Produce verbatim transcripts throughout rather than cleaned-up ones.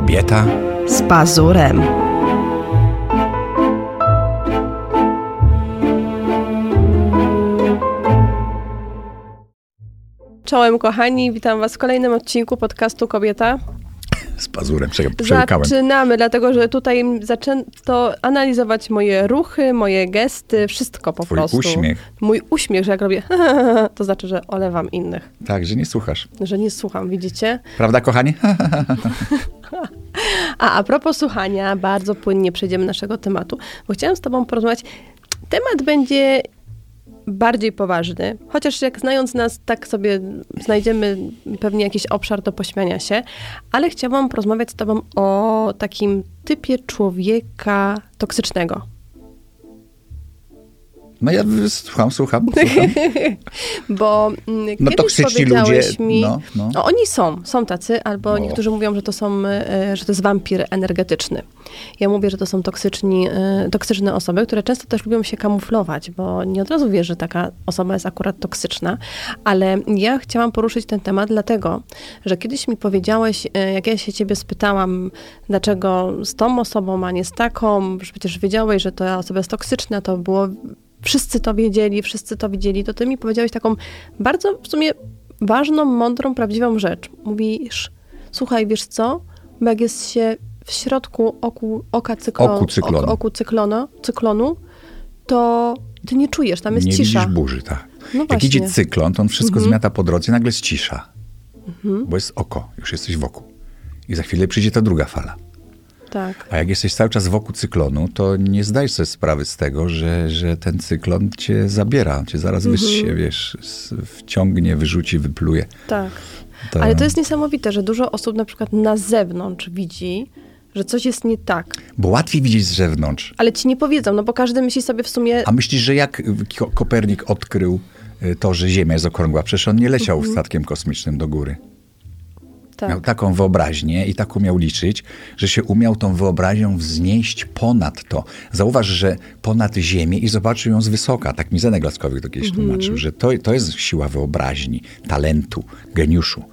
Kobieta z pazurem. Czołem kochani, witam was w kolejnym odcinku podcastu Kobieta z pazurem. Przełykałem. Zaczynamy, dlatego że tutaj zaczęto analizować moje ruchy, moje gesty, wszystko po Twój prostu. Twój uśmiech. Mój uśmiech, że jak robię to znaczy, że olewam innych. Tak, że nie słuchasz. Że nie słucham, widzicie? Prawda, kochani? A, a propos słuchania, bardzo płynnie przejdziemy do naszego tematu, bo chciałam z tobą porozmawiać. Temat będzie bardziej poważny, chociaż jak znając nas, tak sobie znajdziemy pewnie jakiś obszar do pośmiania się, ale chciałam porozmawiać z tobą o takim typie człowieka toksycznego. No ja słucham, słucham, słucham. Bo no, kiedyś powiedziałeś ludzie, mi, no, no. no oni są, są tacy, albo no. niektórzy mówią, że to są, że to jest wampir energetyczny. Ja mówię, że to są toksyczni, toksyczne osoby, które często też lubią się kamuflować, bo nie od razu wiesz, że taka osoba jest akurat toksyczna, ale ja chciałam poruszyć ten temat dlatego, że kiedyś mi powiedziałeś, jak ja się ciebie spytałam, dlaczego z tą osobą, a nie z taką, że przecież wiedziałeś, że ta osoba jest toksyczna, to było wszyscy to wiedzieli, wszyscy to widzieli, to ty mi powiedziałeś taką bardzo w sumie ważną, mądrą, prawdziwą rzecz. Mówisz, słuchaj, wiesz co, bo jak jest się w środku oku, oka cyklonu, oku cyklonu, ok, oku cyklonu, cyklonu, to ty nie czujesz, tam jest nie cisza. Nie widzisz burzy, tak. No jak właśnie. idzie cyklon, to on wszystko mhm. zmiata po drodze i nagle jest cisza. Mhm. Bo jest oko, już jesteś wokół. I za chwilę przyjdzie ta druga fala. Tak. A jak jesteś cały czas wokół cyklonu, to nie zdajesz sobie sprawy z tego, że, że ten cyklon cię zabiera. On cię zaraz mm-hmm. wyssie, wiesz, wciągnie, wyrzuci, wypluje. Tak. To... Ale to jest niesamowite, że dużo osób na przykład na zewnątrz widzi, że coś jest nie tak. Bo łatwiej widzieć z zewnątrz. Ale ci nie powiedzą, no bo każdy myśli sobie w sumie... A myślisz, że jak Kopernik odkrył to, że Ziemia jest okrągła? Przecież on nie leciał mm-hmm. statkiem kosmicznym do góry. Tak. Miał taką wyobraźnię i tak umiał liczyć, że się umiał tą wyobraźnią wznieść ponad to. Zauważ, że ponad Ziemię i zobaczył ją z wysoka. Tak mi Zenek Laskowik to kiedyś mm-hmm. tłumaczył, że to, to jest siła wyobraźni, talentu, geniuszu.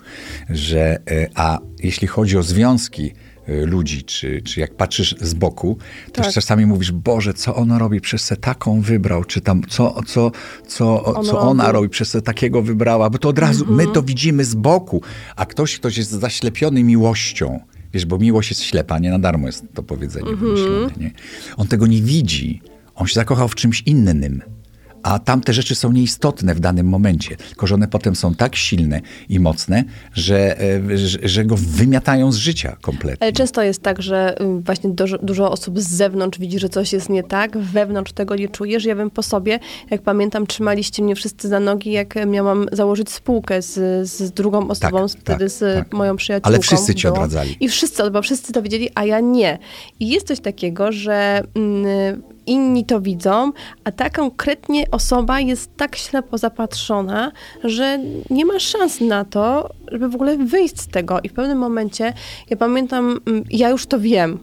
Że, a jeśli chodzi o związki ludzi, czy, czy jak patrzysz z boku, też tak. czasami mówisz, Boże, co ona robi, przez se taką wybrał, czy tam, co, co, co, on co ona robi. robi, przez se takiego wybrała, bo to od razu, mm-hmm. my to widzimy z boku, a ktoś, ktoś jest zaślepiony miłością, wiesz, bo miłość jest ślepa, nie na darmo jest to powiedzenie mm-hmm. wymyślone, nie? On tego nie widzi, on się zakochał w czymś innym. A tamte rzeczy są nieistotne w danym momencie, tylko że one potem są tak silne i mocne, że, że, że go wymiatają z życia kompletnie. Ale często jest tak, że właśnie dużo, dużo osób z zewnątrz widzi, że coś jest nie tak, wewnątrz tego nie czujesz. Ja wiem po sobie, jak pamiętam, trzymaliście mnie wszyscy za nogi, jak miałam założyć spółkę z, z drugą osobą, tak, wtedy tak, z tak. moją przyjaciółką. Ale wszyscy ci odradzali. I wszyscy, bo wszyscy to wiedzieli, a ja nie. I jest coś takiego, że... Mm, inni to widzą, a ta konkretnie osoba jest tak ślepo zapatrzona, że nie ma szans na to, żeby w ogóle wyjść z tego. I w pewnym momencie, ja pamiętam, ja już to wiem,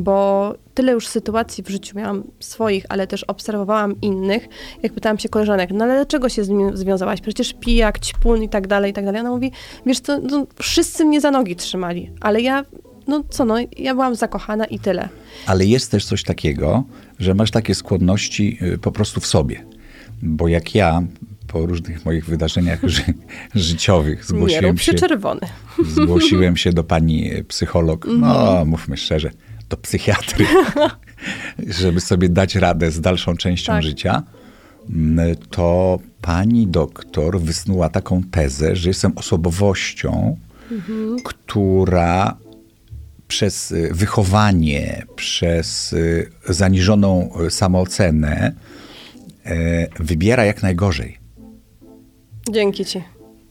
bo tyle już sytuacji w życiu miałam swoich, ale też obserwowałam innych. Jak pytałam się koleżanek, no ale dlaczego się z nim związałaś? Przecież pijak, ćpun i tak dalej, i tak dalej. Ona mówi, wiesz co, no, wszyscy mnie za nogi trzymali, ale ja no co, no ja byłam zakochana i tyle. Ale jest też coś takiego, że masz takie skłonności po prostu w sobie. Bo jak ja po różnych moich wydarzeniach ży- życiowych zgłosiłem Nie rób się, się czerwony. Zgłosiłem się do pani psycholog, mm-hmm. no mówmy szczerze, do psychiatry, żeby sobie dać radę z dalszą częścią tak. życia, to pani doktor wysnuła taką tezę, że jestem osobowością, mm-hmm. która przez wychowanie, przez zaniżoną samoocenę wybiera jak najgorzej. Dzięki ci.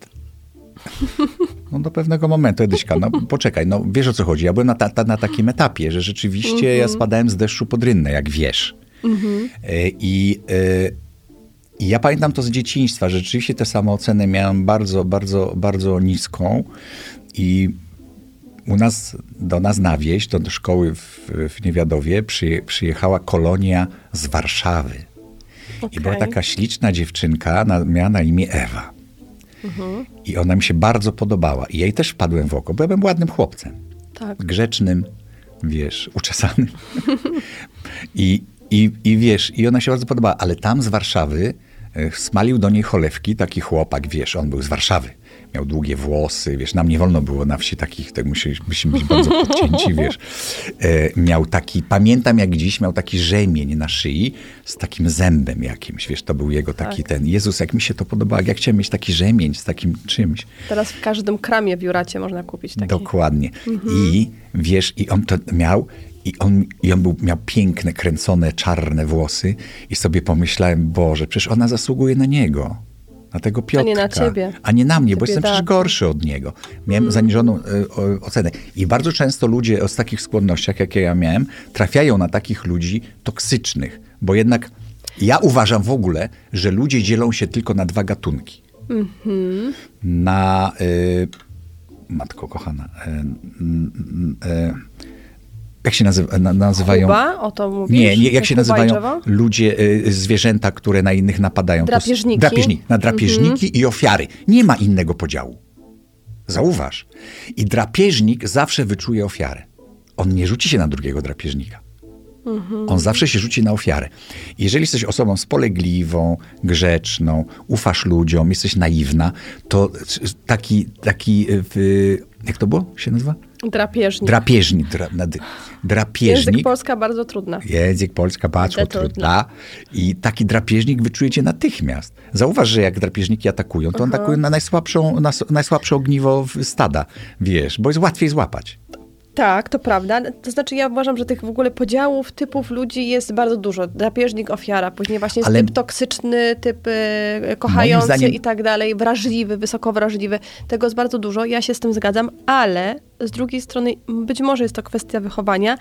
No do pewnego momentu, Edyśka, no poczekaj, no wiesz o co chodzi. Ja byłem na, ta, na takim etapie, że rzeczywiście mm-hmm. ja spadałem z deszczu pod rynnę, jak wiesz. Mm-hmm. I, I ja pamiętam to z dzieciństwa, że rzeczywiście tę samoocenę miałem bardzo, bardzo, bardzo niską i u nas, do nas na wieś, do, do szkoły w, w Niewiadowie przyje, przyjechała kolonia z Warszawy. Okay. I była taka śliczna dziewczynka, na, miała na imię Ewa. Mhm. I ona mi się bardzo podobała. I ja jej też wpadłem w oko, bo ja byłem ładnym chłopcem. Tak. Grzecznym, wiesz, uczesanym. I, i, I wiesz, i ona się bardzo podobała. Ale tam z Warszawy smalił do niej cholewki taki chłopak, wiesz, on był z Warszawy. Miał długie włosy, wiesz, nam nie wolno było na wsi takich, tak musieliśmy być bardzo podcięci, wiesz. E, miał taki, pamiętam jak dziś, miał taki rzemień na szyi z takim zębem jakimś, wiesz, to był jego taki tak. ten, Jezus, jak mi się to podobało, jak ja chciałem mieć taki rzemień z takim czymś. Teraz w każdym kramie w Juracie można kupić taki. Dokładnie. Mhm. I wiesz, i on to miał, I on, i on był, miał piękne, kręcone, czarne włosy i sobie pomyślałem, Boże, przecież ona zasługuje na niego. Na tego Piotrka. A nie na ciebie. A nie na mnie, bo jestem przecież gorszy od niego. Miałem mm. zaniżoną y, o, ocenę. I bardzo często ludzie o z takich skłonnościach, jakie ja miałem, trafiają na takich ludzi toksycznych. Bo jednak ja uważam w ogóle, że ludzie dzielą się tylko na dwa gatunki. Mm-hmm. Na... Y, matko kochana... Y, y, y, Jak się nazywa, na, nazywają? Kuba? O to mówisz? Nie, nie jak się Kuba nazywają ludzie, y, zwierzęta, które na innych napadają? Drapieżniki. To, drapieżniki. Na drapieżniki mm-hmm. i ofiary. Nie ma innego podziału. Zauważ. I drapieżnik zawsze wyczuje ofiarę. On nie rzuci się na drugiego drapieżnika. Mm-hmm. On zawsze się rzuci na ofiarę. Jeżeli jesteś osobą spolegliwą, grzeczną, ufasz ludziom, jesteś naiwna, to taki, taki jak to było? się nazywa? Drapieżnik. Drapieżnik. Dra, drapieżnik. Język Polska bardzo trudna. Język Polska bardzo trudna. I taki drapieżnik wyczujecie natychmiast. Zauważ, że jak drapieżniki atakują, to on atakuje na najsłabszą, na najsłabsze ogniwo stada, wiesz, bo jest łatwiej złapać. Tak, to prawda. To znaczy ja uważam, że tych w ogóle podziałów, typów ludzi jest bardzo dużo. Drapieżnik, ofiara, później właśnie jest Ale typ toksyczny, typ y, kochający zdaniem... i tak dalej, wrażliwy, wysoko wrażliwy. Tego jest bardzo dużo, ja się z tym zgadzam, ale z drugiej strony być może jest to kwestia wychowania,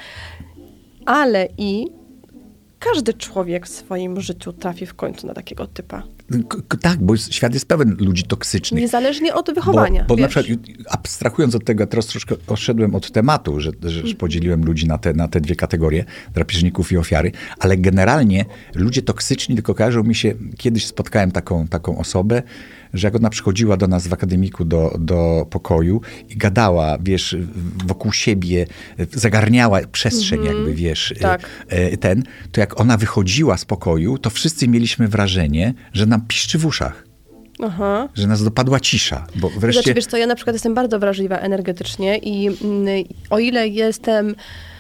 ale i każdy człowiek w swoim życiu trafi w końcu na takiego typa. K- tak, bo świat jest pełen ludzi toksycznych. Niezależnie od wychowania. Bo, bo na przykład, abstrahując od tego, teraz troszkę odszedłem od tematu, że, że, że podzieliłem ludzi na te, na te dwie kategorie, drapieżników i ofiary, ale generalnie ludzie toksyczni tylko kojarzą mi się, kiedyś spotkałem taką, taką osobę, że jak ona przychodziła do nas w akademiku do, do pokoju i gadała, wiesz, wokół siebie, zagarniała przestrzeń mm-hmm. jakby, wiesz, tak. ten, to jak ona wychodziła z pokoju, to wszyscy mieliśmy wrażenie, że nam piszczy w uszach. Aha. Że nas dopadła cisza. Bo wreszcie... Znaczy, wiesz co, ja na przykład jestem bardzo wrażliwa energetycznie i mm, o ile jestem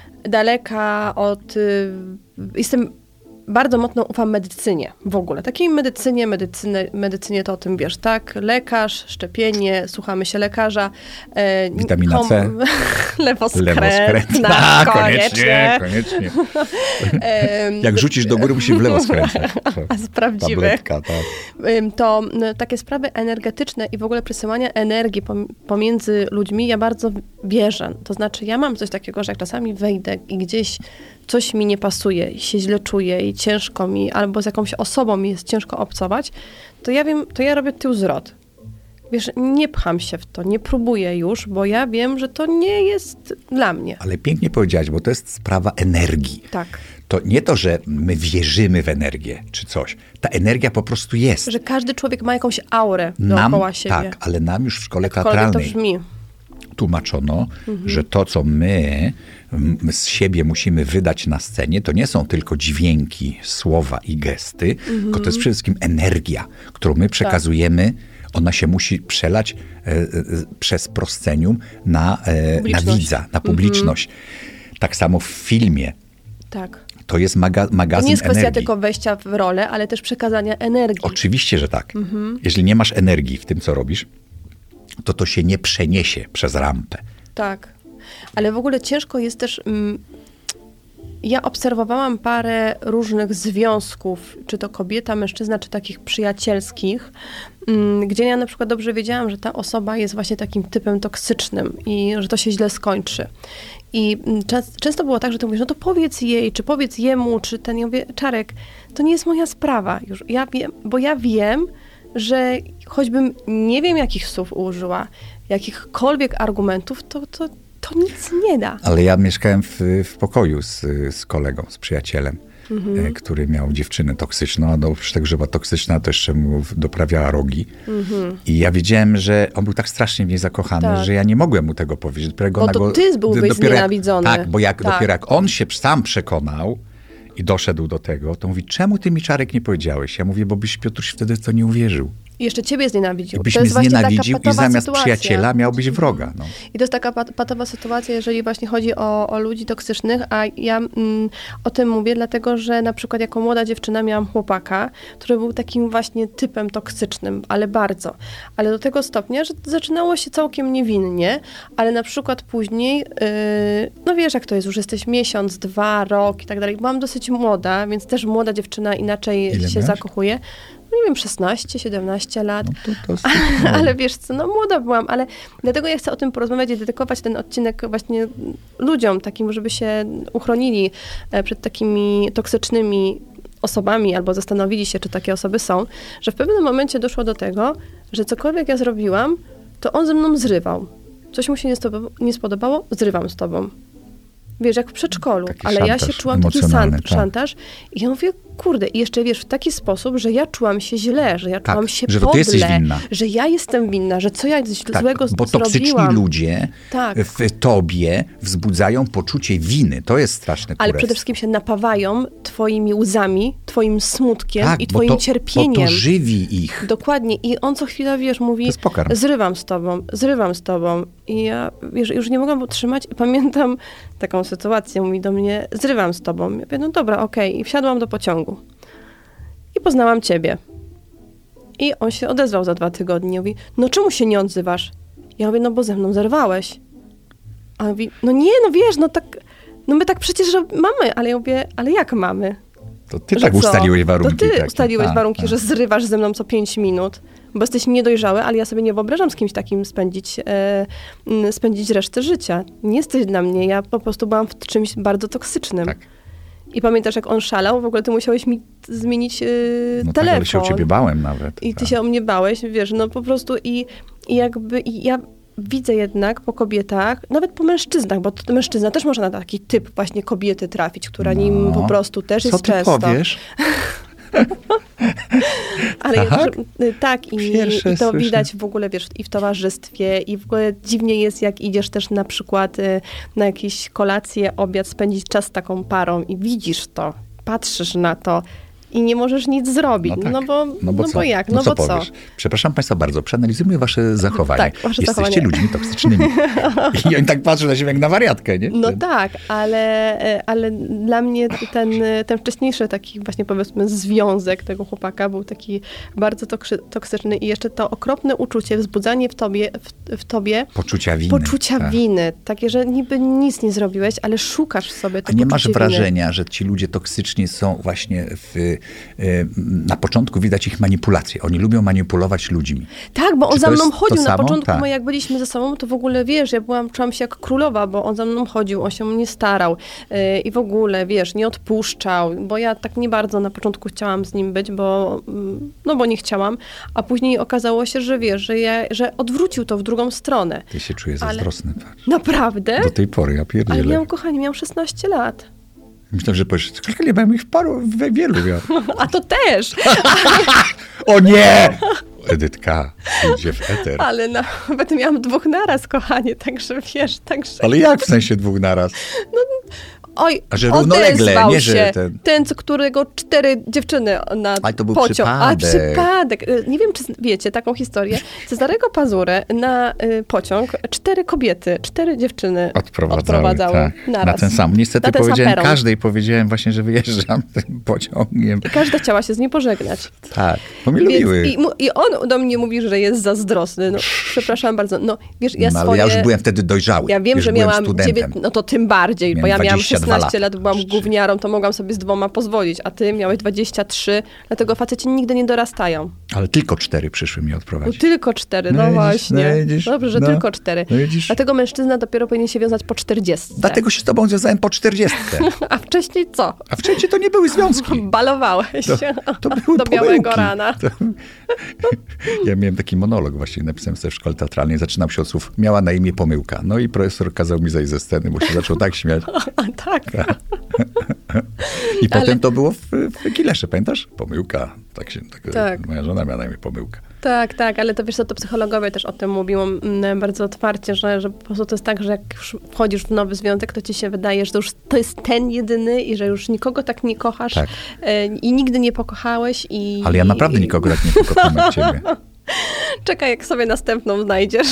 daleka od... Y, jestem bardzo mocno ufam medycynie w ogóle. Takiej medycynie, medycyny, medycynie to o tym wiesz, tak? Lekarz, szczepienie, słuchamy się lekarza. E, Witamina kom, C. Lewoskrętna, koniecznie. koniecznie. Jak rzucisz do góry, musi w lewo skręcać. Sprawdzimy. Tabletka, tak. To no, takie sprawy energetyczne i w ogóle przesyłania energii pomiędzy ludźmi ja bardzo wierzę. To znaczy ja mam coś takiego, że jak czasami wejdę i gdzieś coś mi nie pasuje i się źle czuję i ciężko mi, albo z jakąś osobą mi jest ciężko obcować, to ja wiem, to ja robię tył zwrot. Wiesz, nie pcham się w to, nie próbuję już, bo ja wiem, że to nie jest dla mnie. Ale pięknie powiedziałaś, bo to jest sprawa energii. Tak. To nie to, że my wierzymy w energię czy coś. Ta energia po prostu jest. Że każdy człowiek ma jakąś aurę dookoła nam, siebie. Tak, ale nam już w szkole Jakkolwiek teatralnej to brzmi. Tłumaczono, mhm. że to, co my, my z siebie musimy wydać na scenie, to nie są tylko dźwięki, słowa i gesty, mhm. tylko to jest przede wszystkim energia, którą my przekazujemy. Tak. Ona się musi przelać e, e, przez proscenium na, e, na widza, na publiczność. Mhm. Tak samo w filmie. Tak. To jest maga- magazyn To nie jest kwestia energii. tylko wejścia w rolę, ale też przekazania energii. Oczywiście, że tak. Mhm. Jeżeli nie masz energii w tym, co robisz, to to się nie przeniesie przez rampę. Tak. Ale w ogóle ciężko jest też... Mm, ja obserwowałam parę różnych związków, czy to kobieta, mężczyzna, czy takich przyjacielskich, mm, gdzie ja na przykład dobrze wiedziałam, że ta osoba jest właśnie takim typem toksycznym i że to się źle skończy. I czas, często było tak, że ty mówisz, no to powiedz jej, czy powiedz jemu, czy ten, ja mówię, Czarek, to nie jest moja sprawa już. Ja wiem, bo ja wiem, że choćbym nie wiem, jakich słów użyła, jakichkolwiek argumentów, to, to, to nic nie da. Ale ja mieszkałem w, w pokoju z, z kolegą, z przyjacielem. mhm. który miał dziewczynę toksyczną, a oprócz tego, że była toksyczna, to jeszcze mu doprawiała rogi. Mhm. I ja wiedziałem, że on był tak strasznie w niej zakochany, tak. że ja nie mogłem mu tego powiedzieć. Dopiero bo to go, ty byłbyś znienawidzony. Jak, tak, bo jak, tak. dopiero jak on się sam przekonał i doszedł do tego, to mówi, czemu ty mi, Czarek, nie powiedziałeś? Ja mówię, bo byś, Piotruś, wtedy to nie uwierzył. I jeszcze ciebie znienawidził. I byś mnie znienawidził i zamiast sytuacja. przyjaciela miałbyś wroga. No. I to jest taka pat- patowa sytuacja, jeżeli właśnie chodzi o, o ludzi toksycznych, a ja mm, o tym mówię, dlatego że na przykład jako młoda dziewczyna miałam chłopaka, który był takim właśnie typem toksycznym, ale bardzo. Ale do tego stopnia, że zaczynało się całkiem niewinnie, ale na przykład później, yy, no wiesz jak to jest, już jesteś miesiąc, dwa, rok i tak dalej. Byłam dosyć młoda, więc też młoda dziewczyna inaczej Ile się miałeś? zakochuje. No nie wiem, szesnaście, siedemnaście lat, no to, to ale, ale wiesz co, no młoda byłam, ale dlatego ja chcę o tym porozmawiać i dedykować ten odcinek właśnie ludziom takim, żeby się uchronili przed takimi toksycznymi osobami albo zastanowili się, czy takie osoby są, że w pewnym momencie doszło do tego, że cokolwiek ja zrobiłam, to on ze mną zrywał. Coś mu się nie, stob- nie spodobało, zrywam z tobą. Wiesz, jak w przedszkolu, taki ale ja się czułam taki san- tak. szantaż i ja mówię, kurde, i jeszcze wiesz, w taki sposób, że ja czułam się źle, że ja tak, czułam się że podle, ty jesteś winna. że ja jestem winna, że co ja coś tak, złego bo zrobiłam. toksyczni ludzie tak. w tobie wzbudzają poczucie winy. To jest straszne kurestwo. Ale przede wszystkim się napawają twoimi łzami, twoim smutkiem tak, i twoim bo to, cierpieniem. Bo to żywi ich. Dokładnie. I on co chwila, wiesz, mówi, zrywam z tobą, zrywam z tobą. I ja, wiesz, już nie mogłam utrzymać i pamiętam taką sytuację, mówi do mnie, zrywam z tobą. Ja mówię, no dobra, okej. Okay. I wsiadłam do pociągu. I poznałam ciebie. I on się odezwał za dwa tygodnie. Mówi, no czemu się nie odzywasz? Ja mówię, no bo ze mną zerwałeś. A on mówi, no nie, no wiesz, no tak, no my tak przecież mamy. Ale ja mówię, ale jak mamy? To ty że tak co? ustaliłeś warunki. To ty takie. ustaliłeś a, warunki, a. że zrywasz ze mną co pięć minut, bo jesteś niedojrzały, ale ja sobie nie wyobrażam z kimś takim spędzić, e, spędzić resztę życia. Nie jesteś dla mnie, ja po prostu byłam w czymś bardzo toksycznym. Tak. I pamiętasz, jak on szalał? W ogóle ty musiałeś mi zmienić yy, no telefon. Tak, ale się o ciebie bałem nawet. I ty tak. się o mnie bałeś, wiesz, no po prostu i, i jakby i ja widzę jednak po kobietach, nawet po mężczyznach, bo to mężczyzna też może na taki typ właśnie kobiety trafić, która no, nim po prostu też jest często. Co ty powiesz? Ale tak, ja, tak i, i to widać w ogóle, wiesz, i w towarzystwie, i w ogóle dziwnie jest, jak idziesz też na przykład na jakieś kolacje, obiad, spędzić czas z taką parą i widzisz to, patrzysz na to i nie możesz nic zrobić. No, tak. no, bo, no, bo, no bo jak? No, no co bo powiesz? co? Przepraszam państwa bardzo, przeanalizujmy wasze zachowania. Tak, wasze Jesteście zachowania. ludźmi toksycznymi. I oni tak patrzą na siebie jak na wariatkę, nie? No ten... tak, ale, ale dla mnie ten, ten wcześniejszy taki właśnie powiedzmy związek tego chłopaka był taki bardzo toksyczny i jeszcze to okropne uczucie, wzbudzanie w tobie, w, w tobie poczucia winy. Poczucia tak. winy. Takie, że niby nic nie zrobiłeś, ale szukasz w sobie tego. A nie masz winy. wrażenia, że ci ludzie toksyczni są właśnie w na początku widać ich manipulacje. Oni lubią manipulować ludźmi. Tak, bo on Czy za mną chodził na samo? początku, tak. my jak byliśmy ze sobą, to w ogóle, wiesz, ja byłam, czułam się jak królowa, bo on za mną chodził, on się o mnie starał yy, i w ogóle, wiesz, nie odpuszczał, bo ja tak nie bardzo na początku chciałam z nim być, bo, no bo nie chciałam, a później okazało się, że wiesz, że, ja, że odwrócił to w drugą stronę. Ty się czujesz Ale... zazdrosny. Patrz. Naprawdę? Do tej pory, ja pierdzielę. Ale miałam, kochani, miałam szesnaście lat. Myślałem, że powiesz, nie miałem ich paru, wielu miał. A to też! O nie! Edytka, idzie w eter. Ale nawet miałam dwóch naraz, kochanie, także wiesz, także... Ale jak w sensie dwóch naraz? No, oj, a że równolegle, nie, że się ten... ten, którego cztery dziewczyny na Ale to był pociąg. przypadek. A, przypadek. Nie wiem, czy wiecie taką historię. Cezarego Pazurę na y, pociąg cztery kobiety, cztery dziewczyny odprowadzały, odprowadzały tak. naraz. Na ten sam. Niestety na ten powiedziałem sam każdej, powiedziałem właśnie, że wyjeżdżam tym pociągiem. I każda chciała się z nim pożegnać. Tak, bo mnie Więc, lubiły. I, I on do mnie mówi, że jest zazdrosny. No, przepraszam bardzo. No, wiesz, ja no, ale swoje... ja już byłem wtedy dojrzały. Ja wiem, już że miałam dziewięć... No to tym bardziej, miałem bo ja miałam szesnaście lata. lat, byłam gówniarą, to mogłam sobie z dwoma pozwolić, a ty miałeś dwadzieścia trzy, dlatego faceci nigdy nie dorastają. Ale tylko cztery przyszły mi odprowadzić. No, tylko cztery, no, no właśnie. No, widzisz, Dobrze, że no, tylko cztery. No, dlatego mężczyzna dopiero powinien się wiązać po czterdziestce. Dlatego się z tobą związałem po czterdziestce. A wcześniej co? A wcześniej to nie były związki. Balowałeś to, to były do białego rana. To... Ja miałem taki monolog właśnie, napisałem sobie w szkole teatralnej, zaczynał się od słów, miała na imię Pomyłka. No i profesor kazał mi zejść ze sceny, bo się zaczął tak śmiać. A, tak. I ale... potem to było w, w Kilesze, pamiętasz? Pomyłka. Tak się, tak, tak. Moja żona miała na imię Pomyłka. Tak, tak, ale to wiesz co, to psychologowie też o tym mówią bardzo otwarcie, że, że po prostu to jest tak, że jak już wchodzisz w nowy związek, to ci się wydaje, że to już to jest ten jedyny i że już nikogo tak nie kochasz tak. i nigdy nie pokochałeś. I, ale ja naprawdę i... nikogo tak nie pokocham jak ciebie. Czekaj, jak sobie następną znajdziesz.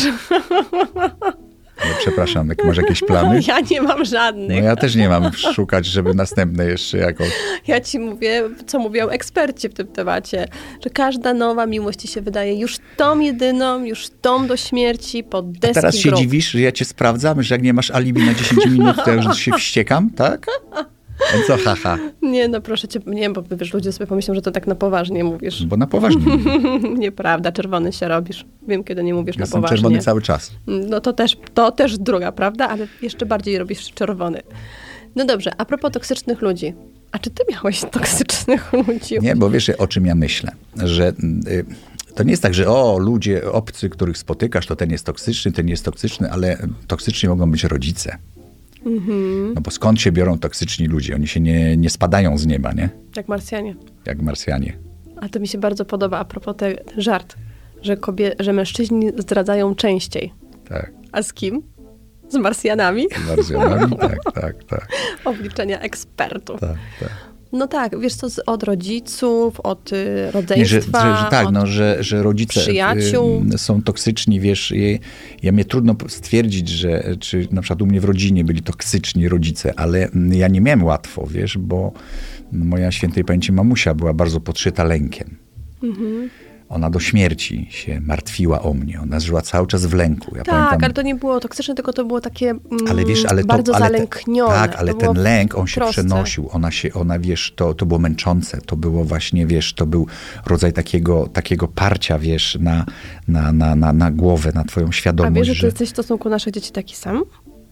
No, przepraszam, jak masz jakieś plany? Ja nie mam żadnych. No ja też nie mam szukać, żeby następne jeszcze jakoś... Ja ci mówię, co mówią eksperci w tym temacie, że każda nowa miłość ci się wydaje już tą jedyną, już tą do śmierci, pod deski. A teraz się grob. dziwisz, że ja cię sprawdzam, że jak nie masz alibi na dziesięć minut, to ja już się wściekam, tak? No co, haha. Nie, no proszę cię, nie, bo wiesz, ludzie sobie pomyślą, że to tak na poważnie mówisz. Bo na poważnie Nieprawda, czerwony się robisz. Wiem, kiedy nie mówisz ja na poważnie. Jestem czerwony cały czas. No to też, to też druga, prawda? Ale jeszcze bardziej robisz czerwony. No dobrze, a propos toksycznych ludzi. A czy ty miałeś toksycznych ludzi? Nie, bo wiesz, o czym ja myślę. Że y, to nie jest tak, że o, ludzie obcy, których spotykasz, to ten jest toksyczny, ten jest toksyczny, ale toksyczni mogą być rodzice. Mm-hmm. No bo skąd się biorą toksyczni ludzie? Oni się nie, nie spadają z nieba, nie? Jak Marsjanie. Jak Marsjanie. A to mi się bardzo podoba a propos ten żart, że, kobie, że mężczyźni zdradzają częściej. Tak. A z kim? Z Marsjanami? Z Marsjanami, tak, tak, tak. Obliczenia ekspertów. Tak, tak. No tak, wiesz co, z, od rodziców, od y, rodzeństwa, nie, że, że, że tak, no, że, że rodzice przyjaciół. Y, są toksyczni, wiesz, je, ja mnie trudno stwierdzić, że czy na przykład u mnie w rodzinie byli toksyczni rodzice, ale ja nie miałem łatwo, wiesz, bo moja świętej pamięci mamusia była bardzo podszyta lękiem. Mhm. Ona do śmierci się martwiła o mnie. Ona żyła cały czas w lęku. Ja tak, pamiętam, ale to nie było toksyczne, tylko to było takie mm, ale wiesz, ale bardzo to, ale zalęknione. Te, tak, ale to ten lęk, on się proste. przenosił. Ona się, ona wiesz, to, to było męczące. To było właśnie, wiesz, to był rodzaj takiego, takiego parcia, wiesz, na, na, na, na, na głowę, na twoją świadomość. A wiesz, że ty że... jesteś w stosunku naszych dzieci taki sam?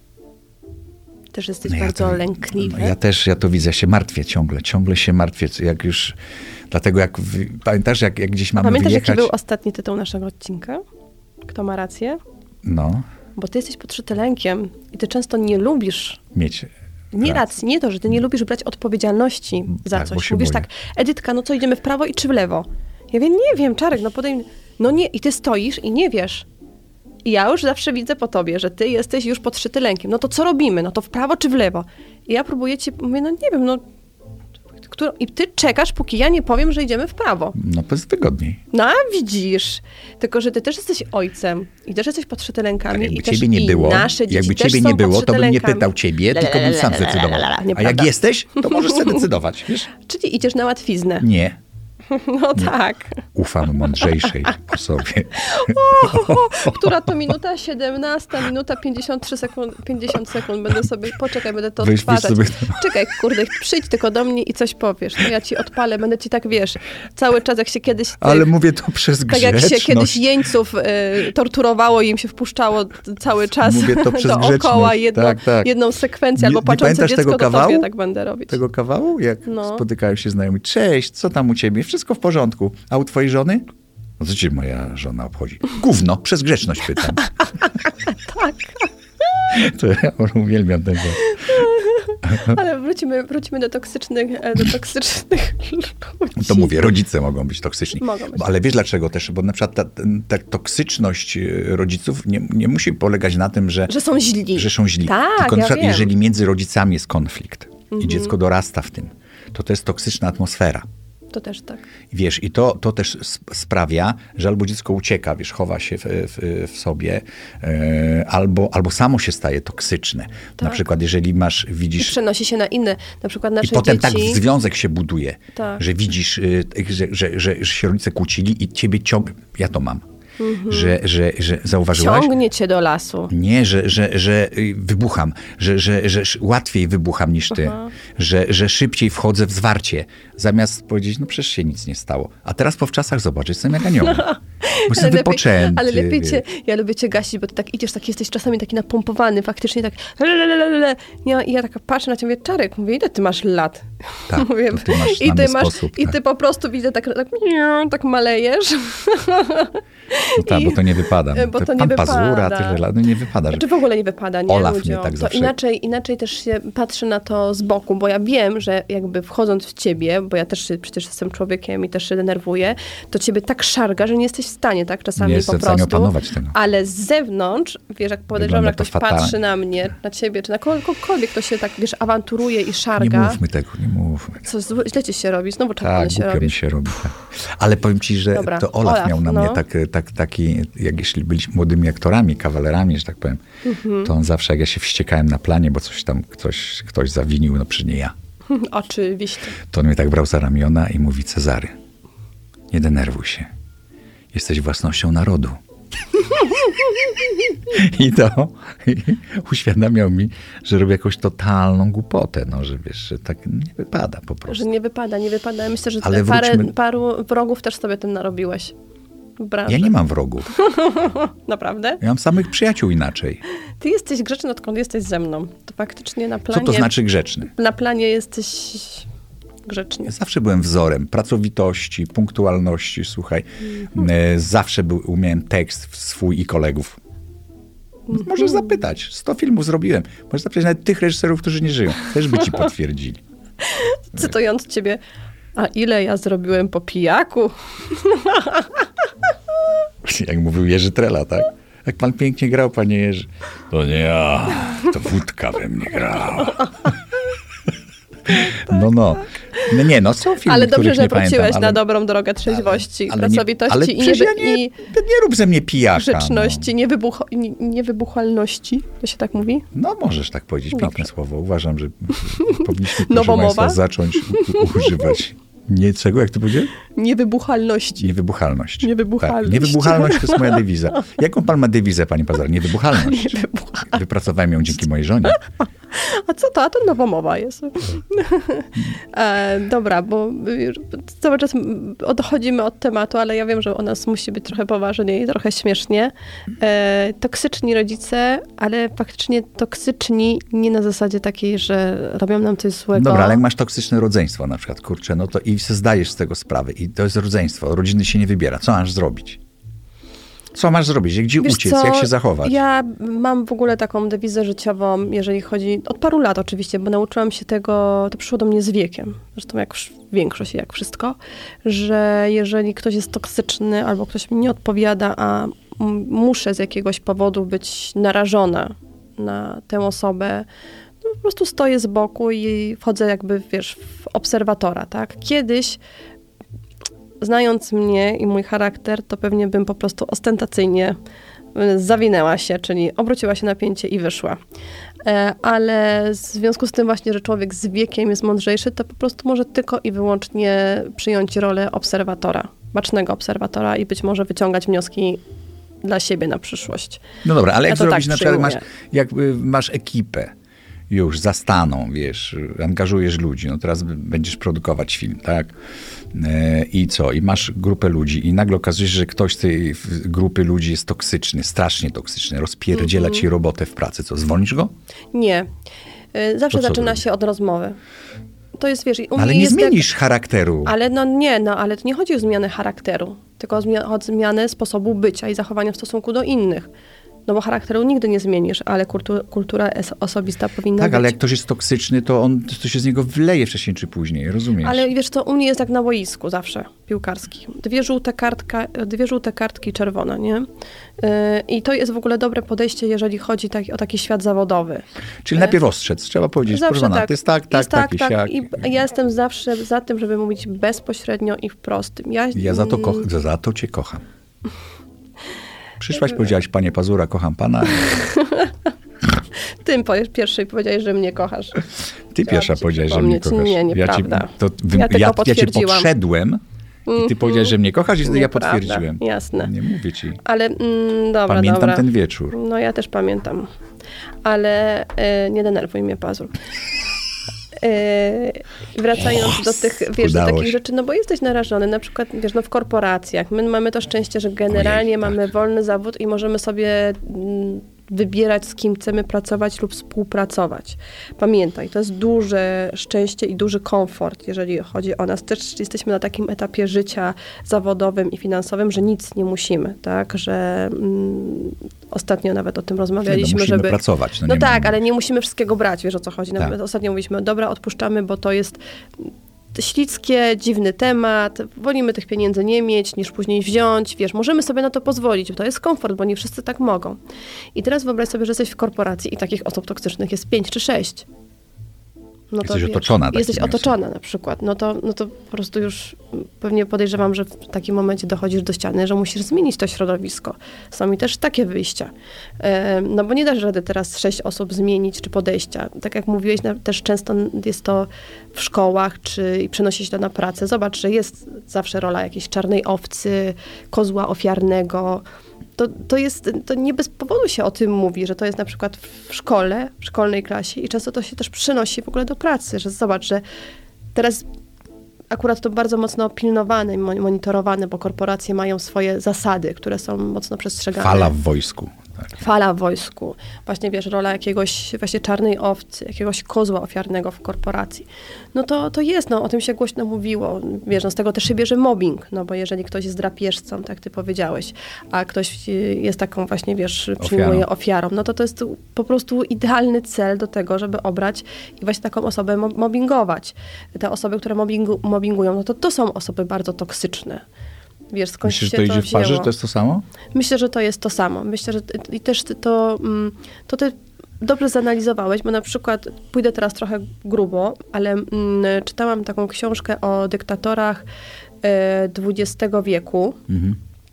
Też jesteś no bardzo ja to, lękliwy. No ja też, ja to widzę, ja się martwię ciągle, ciągle się martwię, jak już, dlatego jak, pamiętasz, jak, jak gdzieś mamy Pamiętasz, wyjechać... jaki był ostatni tytuł naszego odcinka? Kto ma rację? No. Bo ty jesteś podszyty lękiem i ty często nie lubisz... Mieć... Nie racji, nie to, że ty nie lubisz brać odpowiedzialności za tak, coś. Mówisz boję. tak, Edytka, no co, idziemy w prawo i czy w lewo? Ja wiem, nie wiem, Czarek, no podejm... No nie, i ty stoisz i nie wiesz. I ja już zawsze widzę po tobie, że ty jesteś już podszyty lękiem. No to co robimy? No to w prawo czy w lewo? I ja próbuję ci, mówię, no nie wiem, no... Którą... I ty czekasz, póki ja nie powiem, że idziemy w prawo. No to jest wygodniej. No a widzisz. Tylko, że ty też jesteś ojcem i też jesteś podszyty lękami. Ale jakby i też ciebie nie było, nasze dzieci jakby też ciebie są nie było, to bym lękami. nie pytał ciebie, tylko bym sam zdecydował. A jak jesteś, to możesz sobie decydować, wiesz? Czyli idziesz na łatwiznę. Nie. No nie. Tak. Ufam mądrzejszej osobie. O, o, która to minuta? siedemnasta, minuta pięćdziesiąt trzy sekund, pięćdziesiąt sekund. Będę sobie, poczekaj, będę to Weź, odtwarzać. Sobie... Czekaj, kurde, przyjdź tylko do mnie i coś powiesz. To ja ci odpalę, będę ci tak, wiesz, cały czas jak się kiedyś... Tych, Ale mówię to przez grzeczność. Tak jak się kiedyś jeńców y, torturowało i im się wpuszczało cały czas mówię to przez dookoła jedno, tak, tak. jedną sekwencję, nie, albo płaczące dziecko, tego to kawału? tobie tak będę robić. Tego kawału? Jak no. spotykają się znajomi. Cześć, co tam u ciebie? Wszystko w porządku. A u twojej żony? No co cię moja żona obchodzi? Gówno, przez grzeczność pytam. Tak. To ja uwielbiam ten głos. Ale wrócimy, wrócimy do toksycznych, do toksycznych ludzi. To mówię, rodzice mogą być toksyczni. Mogą być. Ale wiesz dlaczego też? Bo na przykład ta, ta toksyczność rodziców nie, nie musi polegać na tym, że, że są źli. Że są źli. Tak, Tylko na ja przykład wiem. jeżeli między rodzicami jest konflikt mhm. i dziecko dorasta w tym, to to jest toksyczna atmosfera. To też tak. Wiesz, i to, to też sprawia, że albo dziecko ucieka, wiesz, chowa się w, w, w sobie, e, albo, albo samo się staje toksyczne. Tak. Na przykład, jeżeli masz, widzisz... I przenosi się na inne, na przykład nasze I potem dzieci... tak związek się buduje, tak. że widzisz, że, że, że, że się rodzice kłócili i ciebie ciągnie... Ja to mam. Mhm. Że, że, że zauważyłaś? Ciągnie cię do lasu. Nie, że, że, że wybucham, że, że, że łatwiej wybucham niż ty, że, że szybciej wchodzę w zwarcie, zamiast powiedzieć, no przecież się nic nie stało. A teraz po wczasach zobacz, jestem jak anioł, bo jestem lepiej, wypoczęty. Ale lepiej cię, ja lubię cię gasić, bo ty tak idziesz, tak jesteś czasami taki napompowany, faktycznie tak lelelelele. Ja, I ja tak patrzę na ciebie, Czarek, mówię, ile ty masz lat? Tak, Mówię, ty masz i ty, masz, sposób, i tak. ty po prostu widzę, tak, tak, tak malejesz. No tak, I, bo to nie wypada. Bo to, to nie pan wypada. Pazura, tyle lat, no nie wypada. Znaczy w ogóle nie wypada, nie Olaf ludziom. mnie tak to zawsze... inaczej, inaczej też się patrzy na to z boku, bo ja wiem, że jakby wchodząc w ciebie, bo ja też się, przecież jestem człowiekiem i też się denerwuję, to ciebie tak szarga, że nie jesteś w stanie, tak? Czasami nie po jestem prostu. w stanie opanować tego. Ale z zewnątrz, wiesz, jak podejrzewam, że ktoś fatalnie. patrzy na mnie, na ciebie, czy na kogokolwiek, kto się tak, wiesz, awanturuje i szarga. Nie mówmy tego, nie mówmy. Co, źle ci się robi, znowu czarno tak, się robi. Tak, mi się robi. Tak. Ale powiem ci, że Dobra, to Olaf, Olaf miał na no. mnie tak, tak, taki, jak jeśli byliśmy młodymi aktorami, kawalerami, że tak powiem, mhm. to on zawsze, jak ja się wściekałem na planie, bo coś tam ktoś, ktoś zawinił, no przy nie ja. Oczywiście. To on mnie tak brał za ramiona i mówi: Cezary, nie denerwuj się. Jesteś własnością narodu. I to i uświadamiał mi, że robię jakąś totalną głupotę, no, że wiesz, że tak nie wypada po prostu. Że nie wypada, nie wypada. Myślę, że Ale parę, wróćmy... paru wrogów też sobie tym narobiłeś. Ja nie mam wrogów. Naprawdę? Ja mam samych przyjaciół inaczej. Ty jesteś grzeczny, odkąd jesteś ze mną. To faktycznie na planie... Co to znaczy grzeczny? Na planie jesteś grzeczny. Ja zawsze byłem wzorem pracowitości, punktualności, słuchaj. Mm-hmm. Zawsze był, umiałem tekst swój i kolegów. Mm-hmm. Możesz zapytać. sto filmów zrobiłem. Możesz zapytać nawet tych reżyserów, którzy nie żyją. Też by ci potwierdzili. Cytując ciebie, a ile ja zrobiłem po pijaku? Jak mówił Jerzy Trela, tak? Jak pan pięknie grał, panie Jerzy. To nie ja, to wódka we mnie grała. No, no. No nie, no są filmy, ale dobrze, że nie wróciłeś pamiętam, ale... na dobrą drogę trzeźwości, ale, ale pracowitości nie, i, ale nieby, ja nie, i nie rób ze mnie pijaka. grzeczności, no. niewybuch, nie, niewybuchalności. To się tak mówi? No możesz tak powiedzieć, Dobrze. piękne słowo. Uważam, że powinniśmy, proszę Nowomowa? państwa, zacząć u, używać. Nie czego, jak to powiedziałeś? Niewybuchalności. Niewybuchalność. Niewybuchalność. Tak. Niewybuchalność to jest moja dewiza. Jaką pan ma dewizę, pani Pazar? Niewybuchalność. Niewybuchalność. Wypracowałem ją dzięki mojej żonie. A co to? A to nowomowa jest. e, dobra, bo cały czas odchodzimy od tematu, ale ja wiem, że u nas musi być trochę poważniej, trochę śmiesznie. E, toksyczni rodzice, ale faktycznie toksyczni nie na zasadzie takiej, że robią nam coś złego. Dobra, ale jak masz toksyczne rodzeństwo na przykład, kurczę, no to i sobie zdajesz z tego sprawę. I to jest rodzeństwo. Rodziny się nie wybiera. Co masz zrobić? Co masz zrobić? Gdzie Wiesz uciec? co, Jak się zachować? Ja mam w ogóle taką dewizę życiową, jeżeli chodzi, od paru lat oczywiście, bo nauczyłam się tego, to przyszło do mnie z wiekiem, zresztą jak większość, jak wszystko, że jeżeli ktoś jest toksyczny albo ktoś mi nie odpowiada, a muszę z jakiegoś powodu być narażona na tę osobę, no po prostu stoję z boku i wchodzę jakby, wiesz, w obserwatora, tak? Kiedyś znając mnie i mój charakter, to pewnie bym po prostu ostentacyjnie zawinęła się, czyli obróciła się na pięcie i wyszła. Ale w związku z tym właśnie, że człowiek z wiekiem jest mądrzejszy, to po prostu może tylko i wyłącznie przyjąć rolę obserwatora, bacznego obserwatora i być może wyciągać wnioski dla siebie na przyszłość. No dobra, ale ja jak zrobić tak na przykład, masz, przyjmuję. jak masz ekipę, już zastaną, wiesz, angażujesz ludzi, no teraz będziesz produkować film, tak? I co? I masz grupę ludzi i nagle okazuje się, że ktoś z tej grupy ludzi jest toksyczny, strasznie toksyczny, rozpierdziela ci robotę w pracy. Co, zwolnisz go? Nie. Zawsze To co zaczyna robisz? się od rozmowy. To jest, wiesz, u mnie Ale nie jest zmienisz tak, charakteru. Ale no nie, no ale to nie chodzi o zmianę charakteru, tylko o, zmia- o zmianę sposobu bycia i zachowania w stosunku do innych. No bo charakteru nigdy nie zmienisz, ale kultu- kultura es- osobista powinna Tak, być. ale jak ktoś jest toksyczny, to on to się z niego wleje wcześniej czy później, rozumiesz? Ale wiesz co, u mnie jest jak na boisku zawsze, piłkarski. Dwie żółte, kartka, dwie żółte kartki, czerwona, nie? Yy, I to jest w ogóle dobre podejście, jeżeli chodzi tak, o taki świat zawodowy. Czyli najpierw ostrzec, trzeba powiedzieć, Zawsze proszę, tak. to jest tak, tak, jest tak, tak, i tak. siak. I ja jestem zawsze za tym, żeby mówić bezpośrednio i wprost. Ja, Ja za to, koch- za, za to cię kocham. Przyszłaś, powiedziałaś, panie Pazura, kocham pana. Ty pierwszej powiedziałeś, że mnie kochasz. Ty pierwsza ci powiedziałaś, że mnie przypomnieć. kochasz. Nie, nieprawda. Ja, ci, to, wy, Ja ja, tylko ja, cię potwierdziłam. podszedłem i ty powiedziałeś, że mnie kochasz i wtedy ja Nieprawda. potwierdziłem. Jasne. Nie mówię ci. Ale mm, dobra, Pamiętam dobra. ten wieczór. No ja też pamiętam. Ale y, nie denerwuj mnie, Pazur. Yy, wracając do tych, wiesz, do udało takich się. rzeczy, no bo jesteś narażony, na przykład, wiesz, no w korporacjach. My mamy to szczęście, że generalnie Ojej, tak. mamy wolny zawód i możemy sobie mm, wybierać, z kim chcemy pracować lub współpracować. Pamiętaj, to jest duże szczęście i duży komfort, jeżeli chodzi o nas. Też jesteśmy na takim etapie życia zawodowym i finansowym, że nic nie musimy, tak, że mm, ostatnio nawet o tym rozmawialiśmy, nie, no musimy żeby... pracować. No, no nie tak, mamy. ale nie musimy wszystkiego brać, wiesz o co chodzi. Tak. Ostatnio mówiliśmy, dobra, odpuszczamy, bo to jest ślickie, dziwny temat, wolimy tych pieniędzy nie mieć, niż później wziąć, wiesz, możemy sobie na to pozwolić, bo to jest komfort, bo nie wszyscy tak mogą. I teraz wyobraź sobie, że jesteś w korporacji i takich osób toksycznych jest pięć czy sześć. No jesteś to, wiesz, otoczona. Jesteś otoczona na przykład. No to, no to po prostu już pewnie podejrzewam, że w takim momencie dochodzisz do ściany, że musisz zmienić to środowisko. Są mi też takie wyjścia. E, no bo nie dasz rady teraz sześć osób zmienić, czy podejścia. Tak jak mówiłeś, no, też często jest to w szkołach, czy i przenosi się to na pracę. Zobacz, że jest zawsze rola jakiejś czarnej owcy, kozła ofiarnego. To, to jest, to nie bez powodu się o tym mówi, że to jest na przykład w szkole, w szkolnej klasie i często to się też przynosi w ogóle do pracy, że zobacz, że teraz akurat to bardzo mocno pilnowane i monitorowane, bo korporacje mają swoje zasady, które są mocno przestrzegane. Fala w wojsku. Tak. Fala w wojsku. Właśnie, wiesz, rola jakiegoś właśnie czarnej owcy, jakiegoś kozła ofiarnego w korporacji. No to, to jest, no, o tym się głośno mówiło. Wiesz, no, z tego też się bierze mobbing, no bo jeżeli ktoś jest drapieżcą, tak ty powiedziałeś, a ktoś jest taką właśnie, wiesz, przyjmuje ofiarą, ofiarą, no to to jest po prostu idealny cel do tego, żeby obrać i właśnie taką osobę mobbingować. Te osoby, które mobbingu, mobbingują, no to to są osoby bardzo toksyczne. Wiesz, skąd Myślisz, się że to idzie to w parze, wzięło? że to jest to samo? Myślę, że to jest to samo. Myślę, że t- i też to, to ty dobrze zanalizowałeś, bo na przykład, pójdę teraz trochę grubo, ale mm, czytałam taką książkę o dyktatorach e, dwudziestego wieku. Mhm.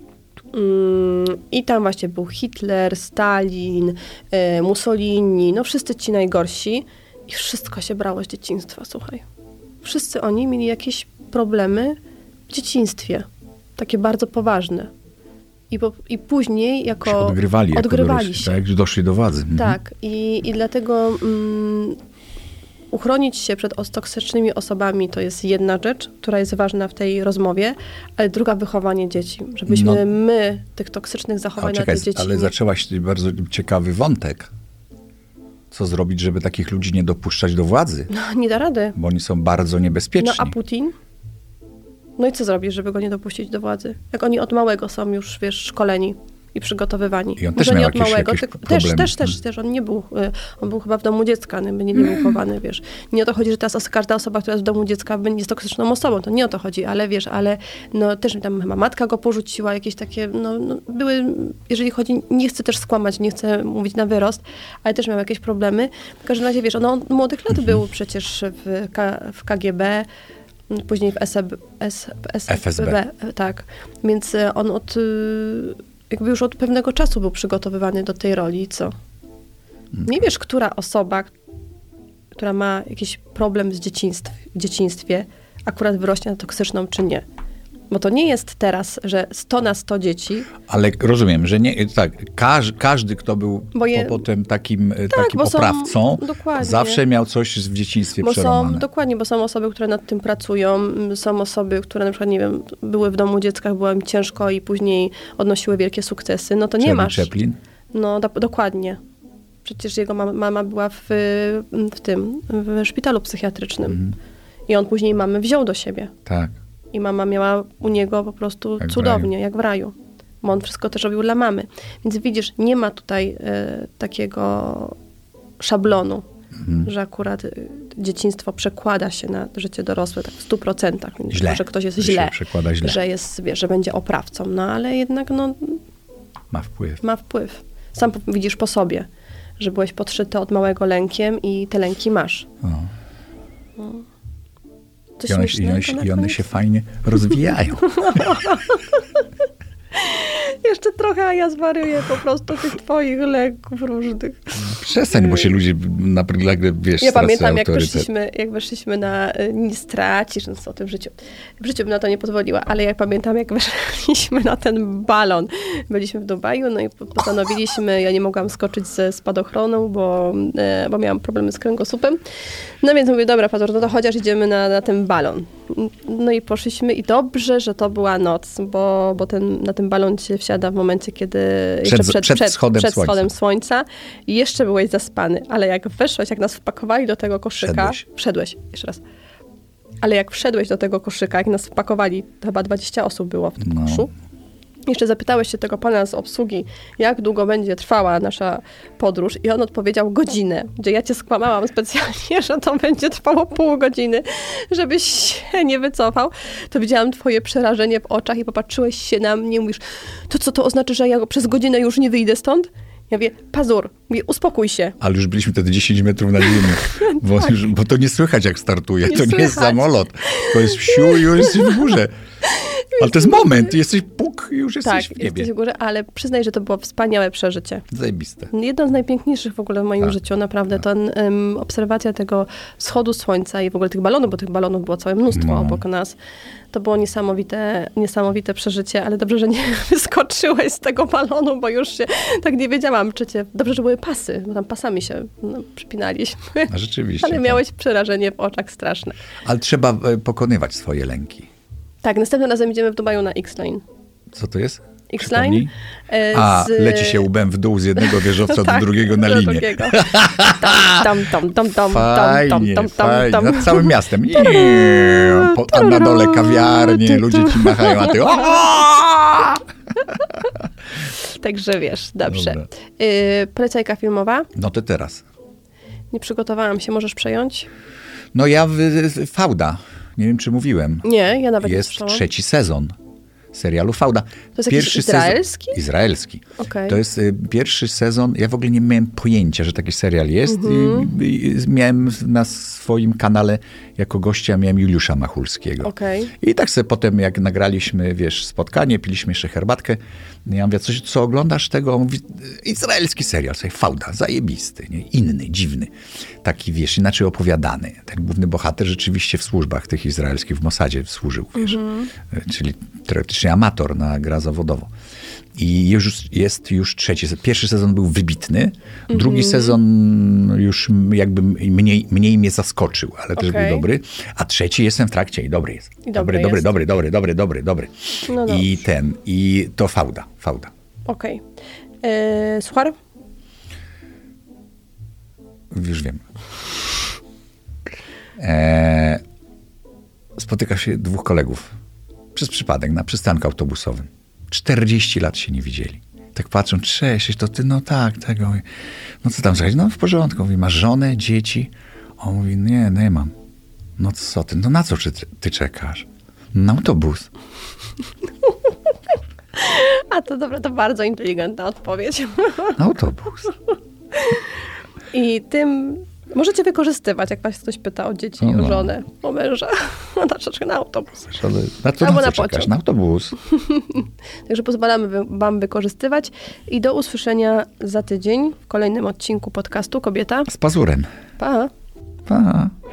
Mm, I tam właśnie był Hitler, Stalin, e, Mussolini, no wszyscy ci najgorsi i wszystko się brało z dzieciństwa, słuchaj. Wszyscy oni mieli jakieś problemy w dzieciństwie. Takie bardzo poważne. I, po, i później jako... Się odgrywali. Jako odgrywali dorośli, się. Tak, że doszli do władzy. Mhm. Tak. I, i dlatego mm, uchronić się przed toksycznymi osobami to jest jedna rzecz, która jest ważna w tej rozmowie, ale druga wychowanie dzieci. Żebyśmy no, my tych toksycznych zachowań na te dzieci... Ale nie... zaczęłaś bardzo ciekawy wątek. Co zrobić, żeby takich ludzi nie dopuszczać do władzy? No, nie da rady. Bo oni są bardzo niebezpieczni. No a Putin? No i co zrobisz, żeby go nie dopuścić do władzy? Jak oni od małego są już, wiesz, szkoleni i przygotowywani. I on Może też miał nie od jakieś, małego, jakieś tylko też, problemy. też, też, też, on nie był, on był chyba w domu dziecka, nie, nie, nie był chowany, wiesz. Nie o to chodzi, że teraz każda osoba, która jest w domu dziecka będzie toksyczną osobą, to nie o to chodzi, ale wiesz, ale no też tam chyba matka go porzuciła, jakieś takie, no, no były, jeżeli chodzi, nie chcę też skłamać, nie chcę mówić na wyrost, ale też miał jakieś problemy. W każdym razie, wiesz, on od młodych lat był przecież w, K, w K G B, później w S B, S, S, F S B. Tak. Więc on od, jakby już od pewnego czasu był przygotowywany do tej roli. Co? Nie wiesz, która osoba, która ma jakiś problem z dzieciństw, w dzieciństwie, akurat wyrośnie na toksyczną, czy nie. Bo to nie jest teraz, że sto na sto dzieci. Ale rozumiem, że nie, tak, każ, każdy, kto był je, po, potem takim, tak, takim oprawcą, są, zawsze miał coś w dzieciństwie bo przeromane. Są, dokładnie, bo są osoby, które nad tym pracują, są osoby, które na przykład, nie wiem, były w domu dziecka, było im ciężko i później odnosiły wielkie sukcesy. No to nie Charlie masz. Chaplin? No do, dokładnie. Przecież jego mama, mama była w, w tym, w szpitalu psychiatrycznym. Mhm. I on później mamę wziął do siebie. Tak. I mama miała u niego po prostu jak cudownie, w jak w raju. Bo on wszystko też robił dla mamy. Więc widzisz, nie ma tutaj y, takiego szablonu, mhm. że akurat y, dzieciństwo przekłada się na życie dorosłe tak w stu procentach. Źle. Że ktoś jest że źle, źle, że jest, wiesz, że będzie oprawcą. No ale jednak no, ma wpływ. Ma wpływ. Sam widzisz po sobie, że byłeś podszyty od małego lękiem i te lęki masz. O. No. I one, i, one, I one się fajnie rozwijają. Jeszcze trochę, a ja zwariuję po prostu tych twoich lęków różnych. Przestań, bo się ludzie nagle, wiesz, ja pamiętam, jak autorytet. weszliśmy, jak weszliśmy na, nie stracisz nic o tym w życiu. W życiu bym na to nie pozwoliła, ale jak pamiętam, jak weszliśmy na ten balon. Byliśmy w Dubaju, no i postanowiliśmy, ja nie mogłam skoczyć ze spadochronu, bo, bo miałam problemy z kręgosłupem. No więc mówię, dobra, Fator, no to chociaż idziemy na, na ten balon. No i poszliśmy i dobrze, że to była noc, bo, bo ten, na ten balon się wsiada w momencie, kiedy jeszcze przed, przed, przed, wschodem, przed słońca. wschodem słońca i jeszcze byłeś zaspany, ale jak weszłeś, jak nas wpakowali do tego koszyka, Wszedłeś. wszedłeś, jeszcze raz, ale jak wszedłeś do tego koszyka, jak nas wpakowali, to chyba dwadzieścia osób było w tym no. koszu, jeszcze zapytałeś się tego pana z obsługi, jak długo będzie trwała nasza podróż i on odpowiedział godzinę, gdzie ja cię skłamałam specjalnie, że to będzie trwało pół godziny, żebyś się nie wycofał. To widziałam twoje przerażenie w oczach i popatrzyłeś się na mnie i mówisz, to co to oznacza, że ja przez godzinę już nie wyjdę stąd? Ja mówię, Pazur, mówię, uspokój się. Ale już byliśmy wtedy dziesięć metrów nad ziemią, bo, tak. już, bo to nie słychać jak startuje, nie to słychać. Nie jest samolot, to jest wsiu i już jesteś w górze. Ale to jest moment, jesteś puk i już jesteś tak, w niebie. jesteś w górze, ale przyznaj, że to było wspaniałe przeżycie. Zajebiste. Jedno z najpiękniejszych w ogóle w moim tak. życiu, naprawdę. To um, obserwacja tego wschodu słońca i w ogóle tych balonów, bo tych balonów było całe mnóstwo no. obok nas. To było niesamowite, niesamowite przeżycie, ale dobrze, że nie wyskoczyłeś z tego balonu, bo już się tak nie wiedziałam, czy cię... Dobrze, że były pasy, bo tam pasami się no, przypinaliśmy. A rzeczywiście. Ale miałeś tak. przerażenie w oczach straszne. Ale trzeba pokonywać swoje lęki. Tak, następnym razem idziemy w Dubaju na X-Line. Co to jest? X-Line? Z... A, leci się łbem w dół z jednego wieżowca tak, do drugiego na do linię. Drugiego. Tam, tam, tam, tam, fajnie, tam, tam, tam, fajnie. tam. Nad całym miastem. A na dole kawiarnie, ludzie ci machają, a ty... Także wiesz, dobrze. Yy, polecajka filmowa? No to teraz. Nie przygotowałam się, możesz przejąć? No ja, w, w, Fauda. Nie wiem, czy mówiłem. Nie, ja nawet jest nie słyszałam. trzeci sezon serialu Fauda. To jest pierwszy jakiś izraelski? Sezon, izraelski. Okay. To jest y, pierwszy sezon. Ja w ogóle nie miałem pojęcia, że taki serial jest. Mm-hmm. I, i, miałem na swoim kanale jako gościa miałem Juliusza Machulskiego. Okay. I tak sobie potem, jak nagraliśmy, wiesz, spotkanie, piliśmy jeszcze herbatkę. Ja mówię, coś, co oglądasz tego? On mówi, izraelski serial, sobie Fauda, zajebisty, nie? Inny, dziwny. Taki, wiesz, inaczej opowiadany. Ten główny bohater rzeczywiście w służbach tych izraelskich, w Mossadzie służył, wiesz. Mm-hmm. Czyli teoretycznie amator, na gra zawodowo. I już jest już trzeci. Pierwszy sezon był wybitny, mm-hmm. drugi sezon już jakby mniej, mniej mnie zaskoczył, ale okay. też był dobry. A trzeci jestem w trakcie i dobry jest. I dobry, dobry, dobry, dobry, dobry, dobry, dobry. No I ten, i to Fauda, Fauda. Okej. Okay. Eee, Suchar? Już wiem. Eee, spotyka się dwóch kolegów przez przypadek na przystanku autobusowym. czterdzieści lat się nie widzieli. Tak patrzą, cześć, to ty, no tak, tego. No co tam, no w porządku. Mówi, masz żonę, dzieci? On mówi, nie, nie mam. No co ty, no na co ty, ty czekasz? Na autobus. A to dobra, to bardzo inteligentna odpowiedź. Na autobus. I tym możecie wykorzystywać, jak was ktoś pyta o dzieci, no, o żonę, o męża. No troszeczkę na autobus. Na co, albo na na co czekasz? pociąg. Na autobus. Także pozwalamy wam wykorzystywać i do usłyszenia za tydzień w kolejnym odcinku podcastu Kobieta z Pazurem. Pa. Pa.